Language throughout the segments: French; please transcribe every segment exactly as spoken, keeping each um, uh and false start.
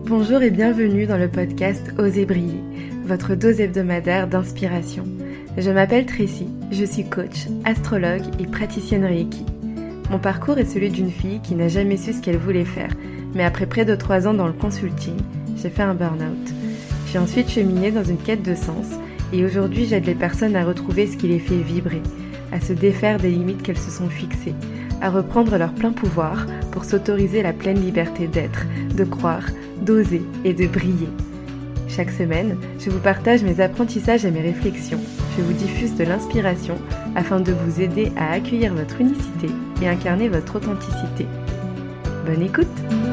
Bonjour et bienvenue dans le podcast Osez briller, votre dose hebdomadaire d'inspiration. Je m'appelle Tracy, je suis coach, astrologue et praticienne Reiki. Mon parcours est celui d'une fille qui n'a jamais su ce qu'elle voulait faire, mais après près de trois ans dans le consulting, j'ai fait un burn-out. J'ai ensuite cheminé dans une quête de sens et aujourd'hui j'aide les personnes à retrouver ce qui les fait vibrer, à se défaire des limites qu'elles se sont fixées, à reprendre leur plein pouvoir pour s'autoriser la pleine liberté d'être, de croire, d'oser et de briller. Chaque semaine, je vous partage mes apprentissages et mes réflexions. Je vous diffuse de l'inspiration afin de vous aider à accueillir votre unicité et incarner votre authenticité. Bonne écoute!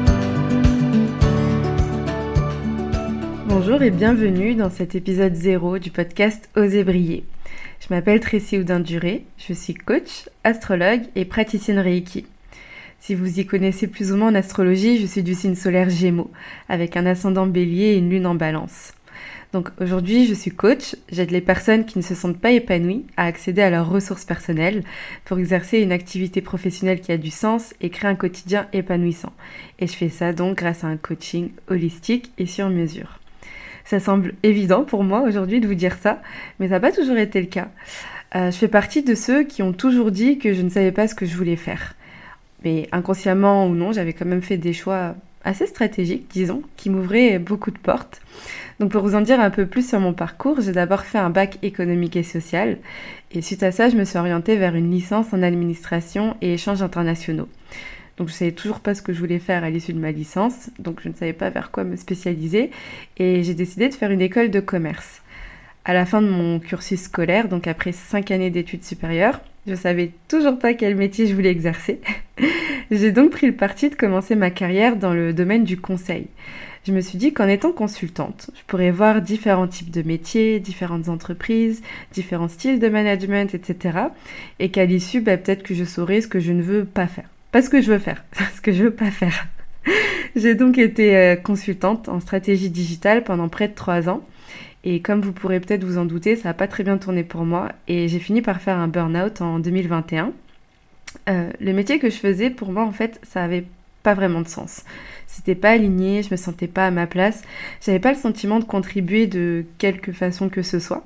Bonjour et bienvenue dans cet épisode zéro du podcast Osez briller. Je m'appelle Tracy Houdin-Duré, je suis coach, astrologue et praticienne Reiki. Si vous y connaissez plus ou moins en astrologie, je suis du signe solaire Gémeaux, avec un ascendant Bélier et une lune en Balance. Donc aujourd'hui, je suis coach, j'aide les personnes qui ne se sentent pas épanouies à accéder à leurs ressources personnelles pour exercer une activité professionnelle qui a du sens et créer un quotidien épanouissant. Et je fais ça donc grâce à un coaching holistique et sur mesure. Ça semble évident pour moi aujourd'hui de vous dire ça, mais ça n'a pas toujours été le cas. Euh, je fais partie de ceux qui ont toujours dit que je ne savais pas ce que je voulais faire. Mais inconsciemment ou non, j'avais quand même fait des choix assez stratégiques, disons, qui m'ouvraient beaucoup de portes. Donc pour vous en dire un peu plus sur mon parcours, j'ai d'abord fait un bac économique et social. Et suite à ça, je me suis orientée vers une licence en administration et échanges internationaux. Donc je ne savais toujours pas ce que je voulais faire à l'issue de ma licence, donc je ne savais pas vers quoi me spécialiser. Et j'ai décidé de faire une école de commerce. À la fin de mon cursus scolaire, donc après cinq années d'études supérieures, je savais toujours pas quel métier je voulais exercer. J'ai donc pris le parti de commencer ma carrière dans le domaine du conseil. Je me suis dit qu'en étant consultante, je pourrais voir différents types de métiers, différentes entreprises, différents styles de management, et cetera. Et qu'à l'issue, bah, peut-être que je saurais ce que je ne veux pas faire. Pas ce que je veux faire, ce que je veux pas faire. J'ai donc été euh, consultante en stratégie digitale pendant près de trois ans. Et comme vous pourrez peut-être vous en douter, ça n'a pas très bien tourné pour moi et j'ai fini par faire un burn-out en deux mille vingt et un. Euh, le métier que je faisais, pour moi, en fait, ça n'avait pas vraiment de sens. C'était pas aligné, je me sentais pas à ma place, j'avais pas le sentiment de contribuer de quelque façon que ce soit.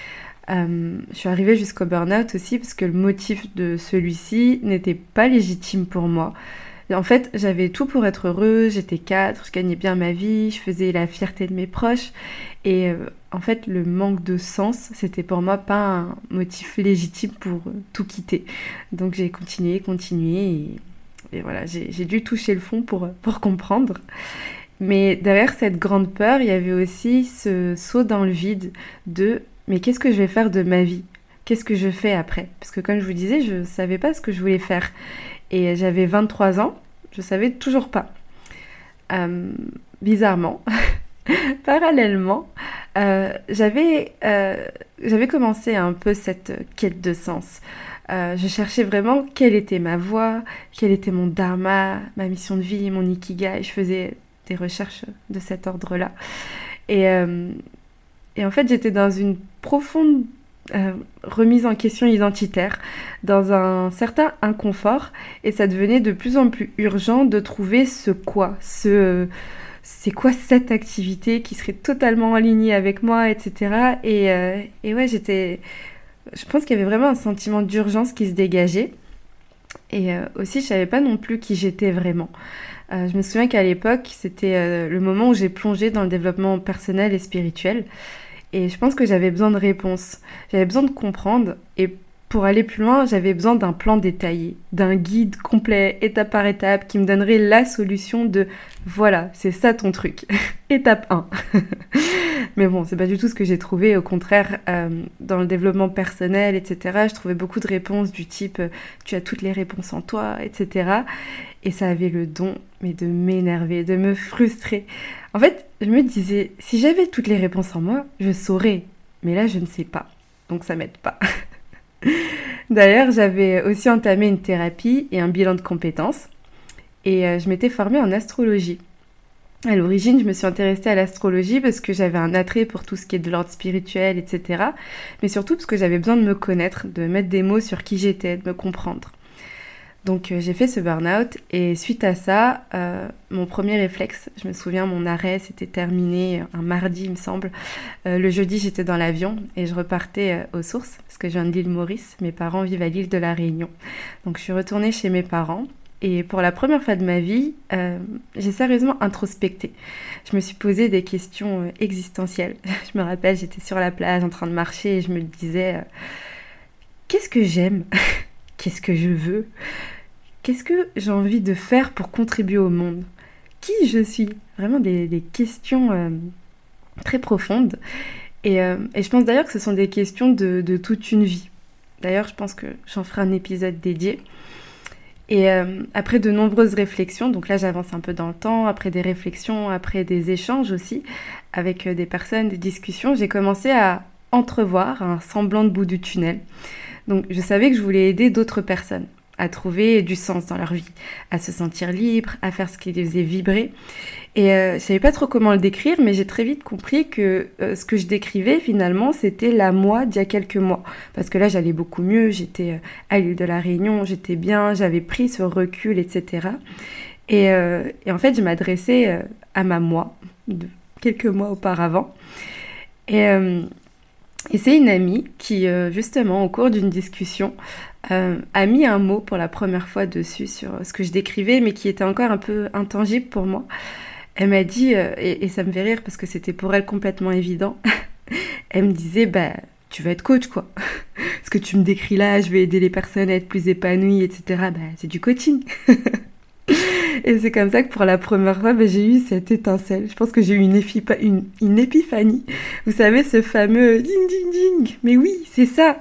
Euh, je suis arrivée jusqu'au burn-out aussi parce que le motif de celui-ci n'était pas légitime pour moi. En fait, j'avais tout pour être heureuse, j'étais cadre, je gagnais bien ma vie, je faisais la fierté de mes proches. Et euh, en fait, le manque de sens, c'était pour moi pas un motif légitime pour euh, tout quitter. Donc j'ai continué, continué et, et voilà, j'ai, j'ai dû toucher le fond pour, pour comprendre. Mais derrière cette grande peur, il y avait aussi ce saut dans le vide de « mais qu'est-ce que je vais faire de ma vie ? Qu'est-ce que je fais après ?» Parce que comme je vous disais, je savais pas ce que je voulais faire. Et j'avais vingt-trois ans, je savais toujours pas. Euh, bizarrement, parallèlement, euh, j'avais, euh, j'avais commencé un peu cette quête de sens. Euh, je cherchais vraiment quelle était ma voie, quel était mon dharma, ma mission de vie, mon ikigai. Je faisais des recherches de cet ordre-là. Et, euh, et en fait, j'étais dans une profonde Euh, remise en question identitaire, dans un certain inconfort, et ça devenait de plus en plus urgent de trouver ce quoi, ce c'est quoi cette activité qui serait totalement alignée avec moi, et cetera. Et, euh, et ouais, j'étais, je pense qu'il y avait vraiment un sentiment d'urgence qui se dégageait, et euh, aussi je savais pas non plus qui j'étais vraiment. Euh, je me souviens qu'à l'époque, c'était euh, le moment où j'ai plongé dans le développement personnel et spirituel. Et je pense que j'avais besoin de réponses, j'avais besoin de comprendre et pour aller plus loin, j'avais besoin d'un plan détaillé, d'un guide complet, étape par étape, qui me donnerait la solution de « voilà, c'est ça ton truc, étape un ». Mais bon, c'est pas du tout ce que j'ai trouvé, au contraire, euh, dans le développement personnel, et cetera, je trouvais beaucoup de réponses du type « tu as toutes les réponses en toi », et cetera. Et ça avait le don, mais de m'énerver, de me frustrer. En fait, je me disais, si j'avais toutes les réponses en moi, je saurais. Mais là, je ne sais pas. Donc ça m'aide pas. D'ailleurs, j'avais aussi entamé une thérapie et un bilan de compétences. Et euh, je m'étais formée en astrologie. À l'origine, je me suis intéressée à l'astrologie parce que j'avais un attrait pour tout ce qui est de l'ordre spirituel, et cetera. Mais surtout parce que j'avais besoin de me connaître, de mettre des mots sur qui j'étais, de me comprendre. Donc euh, j'ai fait ce burn-out et suite à ça, euh, mon premier réflexe, je me souviens, mon arrêt s'était terminé un mardi il me semble. Euh, le jeudi j'étais dans l'avion et je repartais euh, aux sources parce que je viens de l'île Maurice, mes parents vivent à l'île de la Réunion. Donc je suis retournée chez mes parents et pour la première fois de ma vie, euh, j'ai sérieusement introspecté. Je me suis posé des questions euh, existentielles. Je me rappelle, j'étais sur la plage en train de marcher et je me disais, euh, qu'est-ce que j'aime? Qu'est-ce que je veux? Qu'est-ce que j'ai envie de faire pour contribuer au monde? Qui je suis? Vraiment des, des questions euh, très profondes. Et, euh, et je pense d'ailleurs que ce sont des questions de, de toute une vie. D'ailleurs, je pense que j'en ferai un épisode dédié. Et euh, après de nombreuses réflexions, donc là j'avance un peu dans le temps, après des réflexions, après des échanges aussi, avec euh, des personnes, des discussions, j'ai commencé à entrevoir un semblant de bout du tunnel. Donc je savais que je voulais aider d'autres personnes à trouver du sens dans leur vie, à se sentir libre, à faire ce qui les faisait vibrer. Et euh, je savais pas trop comment le décrire, mais j'ai très vite compris que euh, ce que je décrivais finalement, c'était la moi d'il y a quelques mois. Parce que là, j'allais beaucoup mieux, j'étais euh, à l'île de la Réunion, j'étais bien, j'avais pris ce recul, et cetera. Et, euh, et en fait, je m'adressais euh, à ma moi de quelques mois auparavant. Et... Euh, Et c'est une amie qui, euh, justement, au cours d'une discussion, euh, a mis un mot pour la première fois dessus sur ce que je décrivais, mais qui était encore un peu intangible pour moi. Elle m'a dit, euh, et, et ça me fait rire parce que c'était pour elle complètement évident, elle me disait, bah, tu vas être coach, quoi. Ce que tu me décris là, je vais aider les personnes à être plus épanouies, et cetera. Bah, c'est du coaching. Et c'est comme ça que pour la première fois, bah, j'ai eu cette étincelle. Je pense que j'ai eu une, épipa- une, une épiphanie. Vous savez, ce fameux ding ding ding. Mais oui, c'est ça.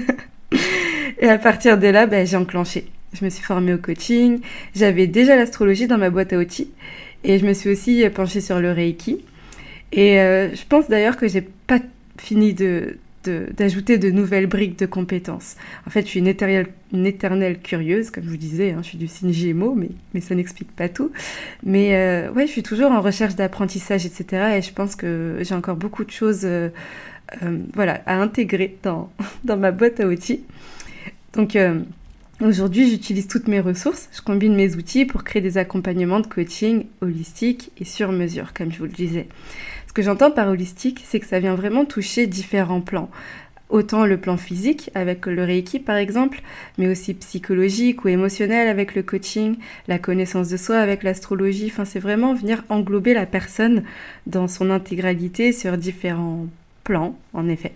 Et à partir de là, bah, j'ai enclenché. Je me suis formée au coaching. J'avais déjà l'astrologie dans ma boîte à outils. Et je me suis aussi penchée sur le Reiki. Et euh, je pense d'ailleurs que j'ai pas fini de... De, d'ajouter de nouvelles briques de compétences. En fait, je suis une éternelle, une éternelle curieuse, comme je vous disais, hein, je suis du signe Gémeaux, mais, mais ça n'explique pas tout. Mais euh, ouais, je suis toujours en recherche d'apprentissage, et cetera. Et je pense que j'ai encore beaucoup de choses euh, euh, voilà, à intégrer dans, dans ma boîte à outils. Donc euh, aujourd'hui, j'utilise toutes mes ressources, je combine mes outils pour créer des accompagnements de coaching holistique et sur mesure, comme je vous le disais. Ce que j'entends par holistique, c'est que ça vient vraiment toucher différents plans. Autant le plan physique, avec le Reiki par exemple, mais aussi psychologique ou émotionnel avec le coaching, la connaissance de soi avec l'astrologie. Enfin, c'est vraiment venir englober la personne dans son intégralité sur différents plans, en effet.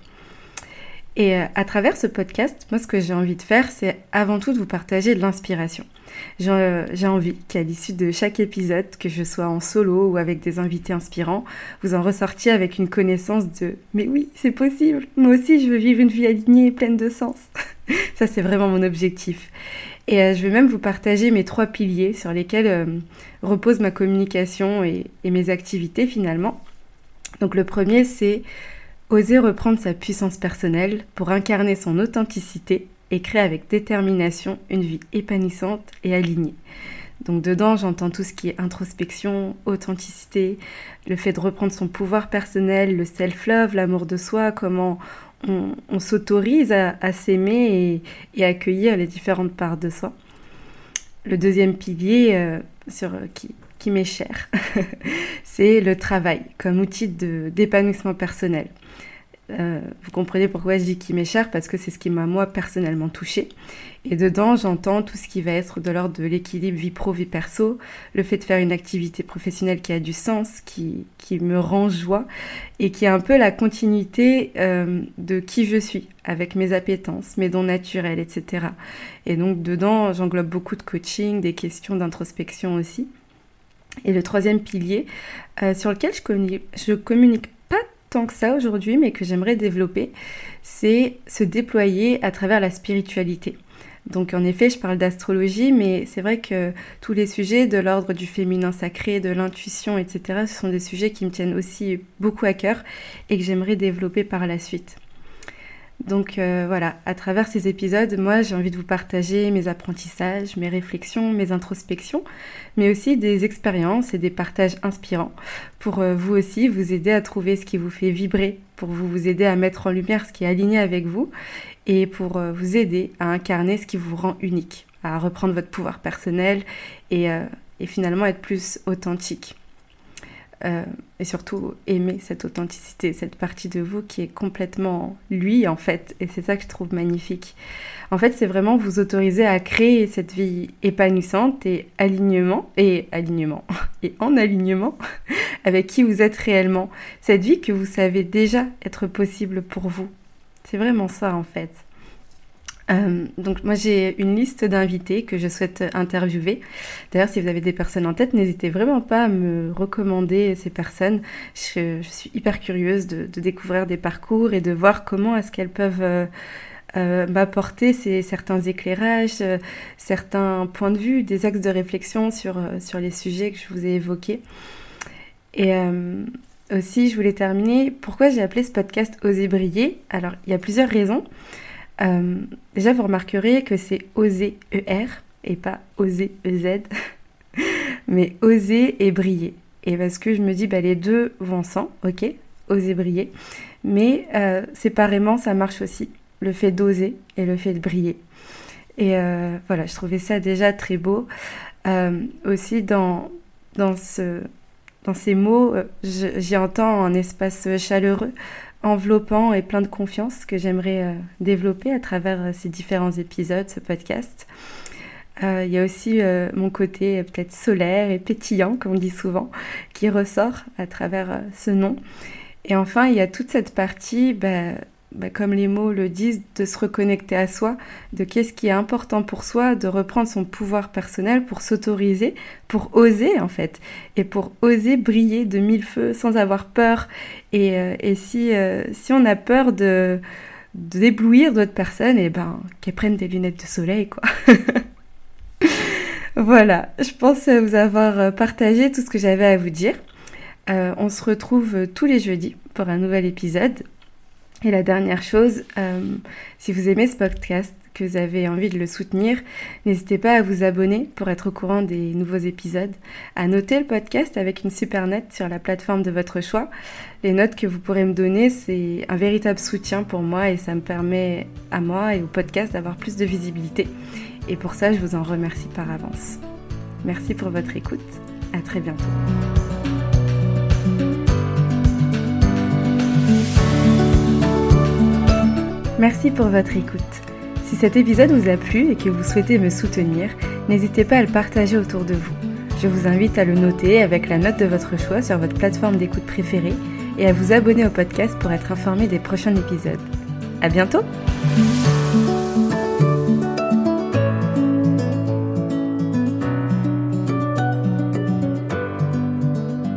Et à travers ce podcast, moi, ce que j'ai envie de faire, c'est avant tout de vous partager de l'inspiration. J'ai, euh, j'ai envie qu'à l'issue de chaque épisode, que je sois en solo ou avec des invités inspirants, vous en ressortiez avec une connaissance de « mais oui, c'est possible, moi aussi je veux vivre une vie alignée et pleine de sens ». Ça, c'est vraiment mon objectif. Et euh, je vais même vous partager mes trois piliers sur lesquels euh, repose ma communication et, et mes activités finalement. Donc le premier, c'est oser reprendre sa puissance personnelle pour incarner son authenticité et créer avec détermination une vie épanouissante et alignée. Donc dedans, j'entends tout ce qui est introspection, authenticité, le fait de reprendre son pouvoir personnel, le self-love, l'amour de soi, comment on, on s'autorise à, à s'aimer et, et accueillir les différentes parts de soi. Le deuxième pilier euh, sur, qui, qui m'est cher, c'est le travail comme outil de, d'épanouissement personnel. Euh, vous comprenez pourquoi je dis qui m'est cher, parce que c'est ce qui m'a moi personnellement touchée. Et dedans, j'entends tout ce qui va être de l'ordre de l'équilibre vie pro, vie perso, le fait de faire une activité professionnelle qui a du sens, qui, qui me rend joie et qui est un peu la continuité euh, de qui je suis, avec mes appétences, mes dons naturels, et cetera. Et donc dedans, j'englobe beaucoup de coaching, des questions d'introspection aussi. Et le troisième pilier, euh, sur lequel je communique, je communique pas tant que ça aujourd'hui, mais que j'aimerais développer, c'est se déployer à travers la spiritualité. Donc en effet, je parle d'astrologie, mais c'est vrai que tous les sujets de l'ordre du féminin sacré, de l'intuition, et cetera, ce sont des sujets qui me tiennent aussi beaucoup à cœur et que j'aimerais développer par la suite. Donc euh, voilà, à travers ces épisodes, moi j'ai envie de vous partager mes apprentissages, mes réflexions, mes introspections, mais aussi des expériences et des partages inspirants pour euh, vous aussi vous aider à trouver ce qui vous fait vibrer, pour vous, vous aider à mettre en lumière ce qui est aligné avec vous et pour euh, vous aider à incarner ce qui vous rend unique, à reprendre votre pouvoir personnel et, euh, et finalement être plus authentique. Euh, et surtout aimer cette authenticité, cette partie de vous qui est complètement lui en fait, et c'est ça que je trouve magnifique. En fait, c'est vraiment vous autoriser à créer cette vie épanouissante et alignement, et alignement, et en alignement avec qui vous êtes réellement, cette vie que vous savez déjà être possible pour vous. C'est vraiment ça en fait. Euh, donc moi j'ai une liste d'invités que je souhaite interviewer. D'ailleurs, si vous avez des personnes en tête, n'hésitez vraiment pas à me recommander ces personnes. Je, je suis hyper curieuse de, de découvrir des parcours et de voir comment est-ce qu'elles peuvent euh, euh, m'apporter ces, certains éclairages, euh, certains points de vue, des axes de réflexion sur, euh, sur les sujets que je vous ai évoqués. Et euh, aussi, je voulais terminer, pourquoi j'ai appelé ce podcast « Oser briller ». Alors, il y a plusieurs raisons. Euh, déjà, vous remarquerez que c'est oser E R et pas oser E Z, mais oser et briller. Et parce que je me dis, bah, les deux vont ensemble, ok, oser briller, mais euh, séparément, ça marche aussi, le fait d'oser et le fait de briller. Et euh, voilà, je trouvais ça déjà très beau. Euh, aussi, dans, dans, ce, dans ces mots, je, j'y entends un espace chaleureux, enveloppant et plein de confiance que j'aimerais euh, développer à travers euh, ces différents épisodes, ce podcast. Euh, il y a aussi euh, mon côté euh, peut-être solaire et pétillant, comme on dit souvent, qui ressort à travers euh, ce nom. Et enfin, il y a toute cette partie, bah, bah, comme les mots le disent, de se reconnecter à soi, de qu'est-ce qui est important pour soi, de reprendre son pouvoir personnel pour s'autoriser, pour oser en fait, et pour oser briller de mille feux sans avoir peur. Et, euh, et si, euh, si on a peur de, de d'éblouir d'autres personnes, et ben qu'elles prennent des lunettes de soleil, quoi. Voilà, je pense vous avoir partagé tout ce que j'avais à vous dire. Euh, on se retrouve tous les jeudis pour un nouvel épisode. Et la dernière chose, euh, si vous aimez ce podcast, que vous avez envie de le soutenir, n'hésitez pas à vous abonner pour être au courant des nouveaux épisodes, à noter le podcast avec une super note sur la plateforme de votre choix. Les notes que vous pourrez me donner, c'est un véritable soutien pour moi et ça me permet à moi et au podcast d'avoir plus de visibilité. Et pour ça, je vous en remercie par avance. Merci pour votre écoute. À très bientôt. Merci pour votre écoute. Si cet épisode vous a plu et que vous souhaitez me soutenir, n'hésitez pas à le partager autour de vous. Je vous invite à le noter avec la note de votre choix sur votre plateforme d'écoute préférée et à vous abonner au podcast pour être informé des prochains épisodes. À bientôt!